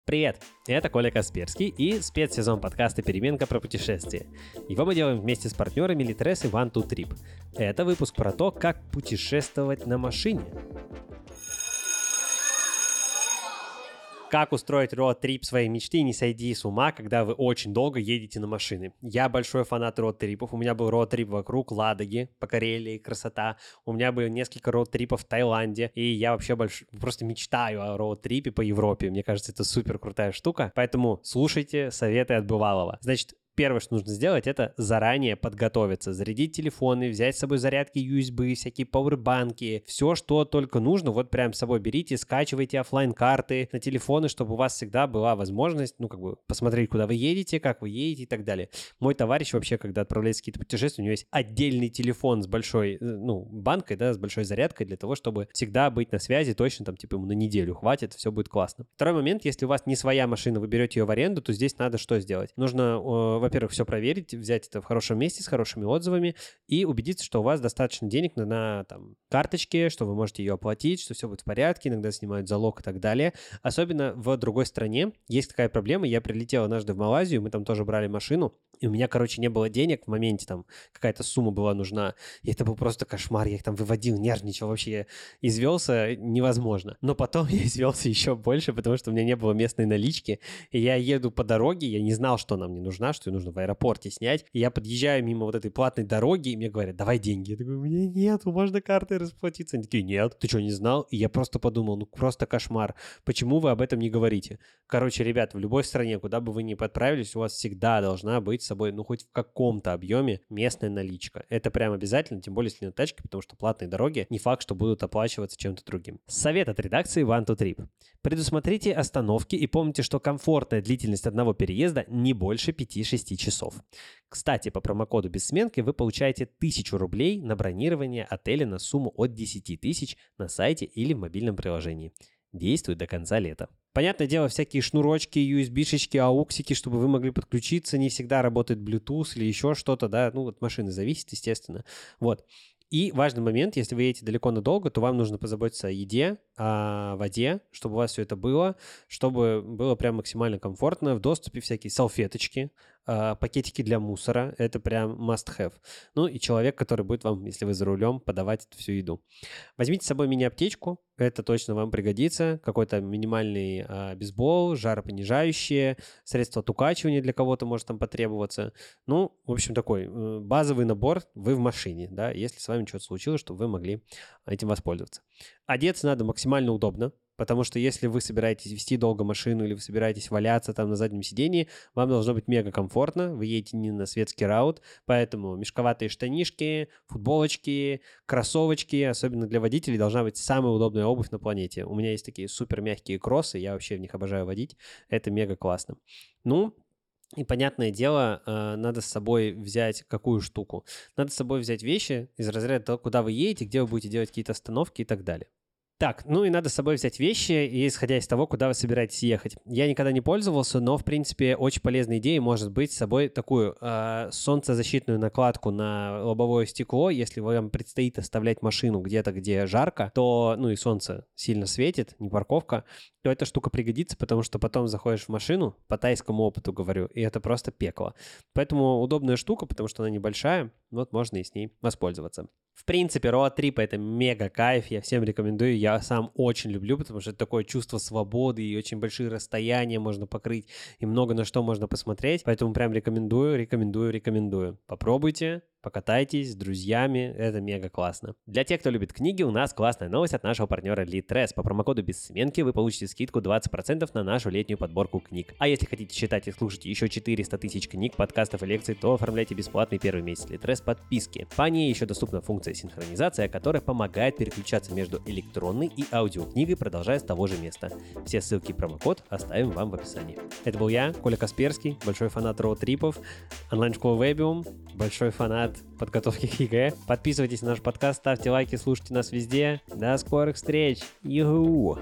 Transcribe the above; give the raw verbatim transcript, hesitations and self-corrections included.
Привет, это Коля Касперский и спецсезон подкаста «Переменка» про путешествия. Его мы делаем вместе с партнерами Litres и One Two Trip. Это выпуск про то, как путешествовать на машине. Как устроить роад-трип своей мечты и не сойти с ума, когда вы очень долго едете на машине. Я большой фанат роад-трипов. У меня был роад-трип вокруг Ладоги, по Карелии, красота. У меня было несколько роад-трипов в Таиланде. И я вообще больш... просто мечтаю о роад-трипе по Европе. Мне кажется, это супер крутая штука. Поэтому слушайте советы от бывалого. Значит, первое, что нужно сделать, это заранее подготовиться, зарядить телефоны, взять с собой зарядки ю эс би, всякие пауэрбанки, все, что только нужно, вот прям с собой берите, скачивайте офлайн-карты на телефоны, чтобы у вас всегда была возможность, ну, как бы, посмотреть, куда вы едете, как вы едете и так далее. Мой товарищ вообще, когда отправляется в какие-то путешествия, у него есть отдельный телефон с большой, ну, банкой, да, с большой зарядкой для того, чтобы всегда быть на связи, точно там, типа, ему на неделю хватит, все будет классно. Второй момент, если у вас не своя машина, вы берете ее в аренду, то здесь надо что сделать? Нужно, во-первых, все проверить, взять это в хорошем месте с хорошими отзывами и убедиться, что у вас достаточно денег на, на там, карточке, что вы можете ее оплатить, что все будет в порядке, иногда снимают залог и так далее. Особенно в другой стране есть такая проблема. Я прилетел однажды в Малайзию, мы там тоже брали машину, и у меня, короче, не было денег в моменте, там какая-то сумма была нужна, и это был просто кошмар, я их там выводил, нервничал, вообще извелся невозможно. Но потом я извелся еще больше, потому что у меня не было местной налички, и я еду по дороге, я не знал, что нам не нужна, что нужно в аэропорте снять, и я подъезжаю мимо вот этой платной дороги, и мне говорят, давай деньги. Я такой, у меня нет, можно картой расплатиться. Они такие, нет, ты что, не знал? И я просто подумал, ну просто кошмар, почему вы об этом не говорите? Короче, ребят, в любой стране, куда бы вы ни отправились, у вас всегда должна быть с собой, ну хоть в каком-то объеме местная наличка. Это прям обязательно, тем более если на тачке, потому что платные дороги не факт, что будут оплачиваться чем-то другим. Совет от редакции One Two Trip. Предусмотрите остановки и помните, что комфортная длительность одного переезда не больше пяти-шести часов. Кстати, по промокоду «Бессменки» вы получаете тысячу рублей на бронирование отеля на сумму от десяти тысяч на сайте или в мобильном приложении. Действует до конца лета. Понятное дело, всякие шнурочки, ю эс би-шечки, ауксики, чтобы вы могли подключиться, не всегда работает Bluetooth или еще что-то, да, ну от машины зависит, естественно. Вот. И важный момент, если вы едете далеко надолго, то вам нужно позаботиться о еде, о воде, чтобы у вас все это было, чтобы было прям максимально комфортно. В доступе всякие салфеточки, пакетики для мусора, это прям must-have. Ну и человек, который будет вам, если вы за рулем, подавать эту всю еду. Возьмите с собой мини-аптечку, это точно вам пригодится. Какой-то минимальный а, бейсбол, жаропонижающее, средство от укачивания для кого-то может там потребоваться. Ну, в общем, такой э, базовый набор вы в машине, да, если с вами что-то случилось, чтобы вы могли этим воспользоваться. Одеться надо максимально удобно, потому что если вы собираетесь вести долго машину или вы собираетесь валяться там на заднем сидении, вам должно быть мега комфортно, вы едете не на светский раут, поэтому мешковатые штанишки, футболочки, кроссовочки, особенно для водителей, должна быть самая удобная обувь на планете. У меня есть такие супер мягкие кроссы, я вообще в них обожаю водить, это мега классно. Ну, и, понятное дело, надо с собой взять какую штуку? Надо с собой взять вещи из разряда того, куда вы едете, где вы будете делать какие-то остановки и так далее. Так, ну и надо с собой взять вещи, исходя из того, куда вы собираетесь ехать. Я никогда не пользовался, но, в принципе, очень полезной идеей может быть с собой такую э, солнцезащитную накладку на лобовое стекло. Если вам предстоит оставлять машину где-то, где жарко, то, ну и солнце сильно светит, не парковка, то эта штука пригодится, потому что потом заходишь в машину, по тайскому опыту говорю, и это просто пекло. Поэтому удобная штука, потому что она небольшая, вот можно и с ней воспользоваться. В принципе, роад-трип — это мега кайф, я всем рекомендую, я сам очень люблю, потому что это такое чувство свободы и очень большие расстояния можно покрыть, и много на что можно посмотреть, поэтому прям рекомендую, рекомендую, рекомендую. Попробуйте, покатайтесь с друзьями, это мега классно. Для тех, кто любит книги, у нас классная новость от нашего партнера Litres. По промокоду «Бессменки» вы получите скидку двадцать процентов на нашу летнюю подборку книг. А если хотите читать и слушать еще четыреста тысяч книг, подкастов и лекций, то оформляйте бесплатный первый месяц Litres подписки. По ней еще доступна функция синхронизации, которая помогает переключаться между электронной и аудиокнигой, продолжая с того же места. Все ссылки и промокод оставим вам в описании. Это был я, Коля Касперский, большой фанат роуд-трипов, онлайн-школа Webium, большой фанат подготовки к ЕГЭ. Подписывайтесь на наш подкаст, ставьте лайки, слушайте нас везде. До скорых встреч! Юху!